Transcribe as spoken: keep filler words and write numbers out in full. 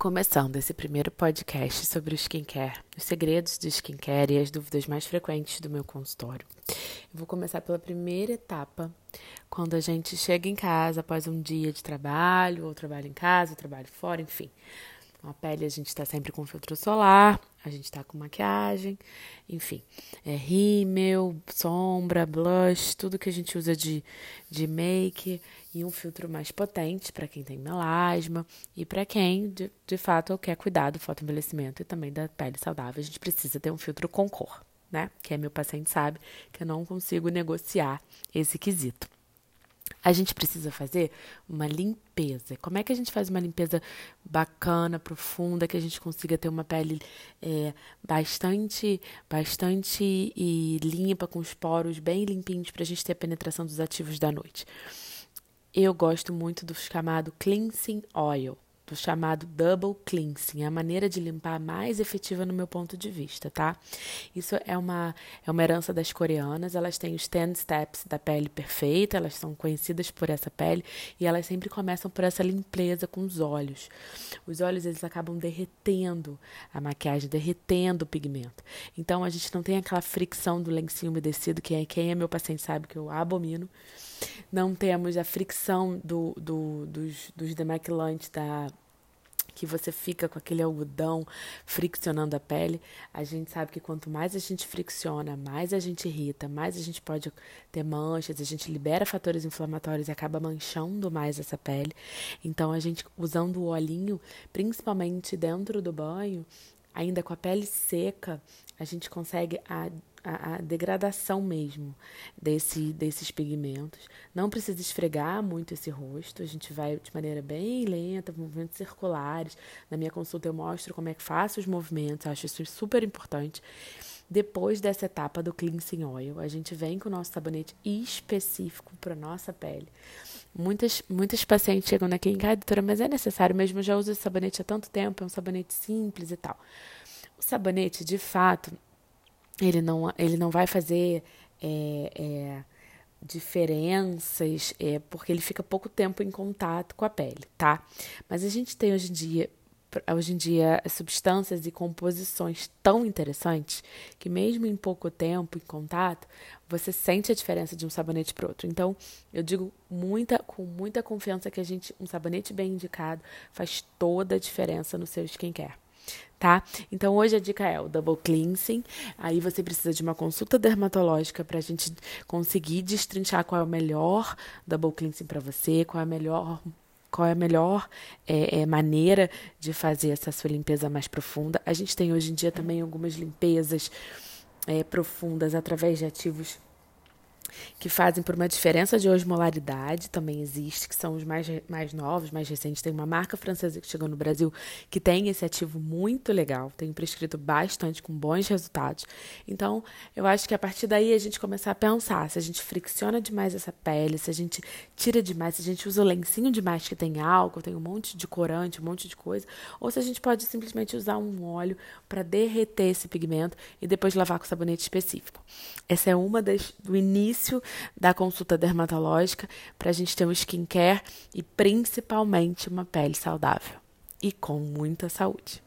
Começando esse primeiro podcast sobre o skincare, os segredos do skincare e as dúvidas mais frequentes do meu consultório. Eu vou começar pela primeira etapa, quando a gente chega em casa após um dia de trabalho, ou trabalho em casa, ou trabalho fora, enfim. A pele a gente está sempre com filtro solar, a gente está com maquiagem, enfim, é rímel, sombra, blush, tudo que a gente usa de, de make e um filtro mais potente para quem tem melasma e para quem, de, de fato, quer cuidar do fotoenvelhecimento e também da pele saudável. A gente precisa ter um filtro com cor, né? Que é meu paciente sabe que eu não consigo negociar esse quesito. A gente precisa fazer uma limpeza. Como é que a gente faz uma limpeza bacana, profunda, que a gente consiga ter uma pele é, bastante, bastante e limpa, com os poros bem limpinhos, para a gente ter a penetração dos ativos da noite? Eu gosto muito do chamado Cleansing Oil, do chamado Double Cleansing, é a maneira de limpar mais efetiva no meu ponto de vista, tá? Isso é uma, é uma herança das coreanas, elas têm os ten steps da pele perfeita, elas são conhecidas por essa pele e elas sempre começam por essa limpeza com os olhos. Os olhos, eles acabam derretendo a maquiagem, derretendo o pigmento. Então, a gente não tem aquela fricção do lencinho umedecido, que é, quem é meu paciente sabe que eu abomino. Não temos a fricção do, do, dos, dos demaquilantes da, que você fica com aquele algodão friccionando a pele. A gente sabe que quanto mais a gente fricciona, mais a gente irrita, mais a gente pode ter manchas, a gente libera fatores inflamatórios e acaba manchando mais essa pele. Então, a gente, usando o olhinho, principalmente dentro do banho, ainda com a pele seca, a gente consegue a A, a degradação mesmo desse, desses pigmentos. Não precisa esfregar muito esse rosto, a gente vai de maneira bem lenta, movimentos circulares. Na minha consulta eu mostro como é que faço os movimentos, acho isso super importante. Depois dessa etapa do Cleansing Oil, a gente vem com o nosso sabonete específico para a nossa pele. Muitas, muitas pacientes chegam na clínica, ah, doutora, mas é necessário mesmo, eu já uso esse sabonete há tanto tempo, é um sabonete simples e tal. O sabonete, de fato, Ele não, ele não vai fazer é, é, diferenças, é, porque ele fica pouco tempo em contato com a pele, tá? Mas a gente tem hoje em dia, hoje em dia substâncias e composições tão interessantes que mesmo em pouco tempo em contato, você sente a diferença de um sabonete para outro. Então, eu digo muita, com muita confiança que a gente, um sabonete bem indicado faz toda a diferença no seu skincare. Tá? Então, hoje a dica é o Double Cleansing. Aí você precisa de uma consulta dermatológica para a gente conseguir destrinchar qual é o melhor Double Cleansing para você, qual é a melhor, qual é a melhor é, é, maneira de fazer essa sua limpeza mais profunda. A gente tem hoje em dia também algumas limpezas é, profundas através de ativos que fazem por uma diferença de osmolaridade, também existe, que são os mais, mais novos, mais recentes. Tem uma marca francesa que chegou no Brasil que tem esse ativo muito legal, tem prescrito bastante, com bons resultados. Então, eu acho que a partir daí a gente começar a pensar, se a gente fricciona demais essa pele, se a gente tira demais, se a gente usa o lencinho demais que tem álcool, tem um monte de corante, um monte de coisa, ou se a gente pode simplesmente usar um óleo para derreter esse pigmento e depois lavar com sabonete específico. Essa é uma das, do início da consulta dermatológica para a gente ter um skincare e principalmente uma pele saudável e com muita saúde.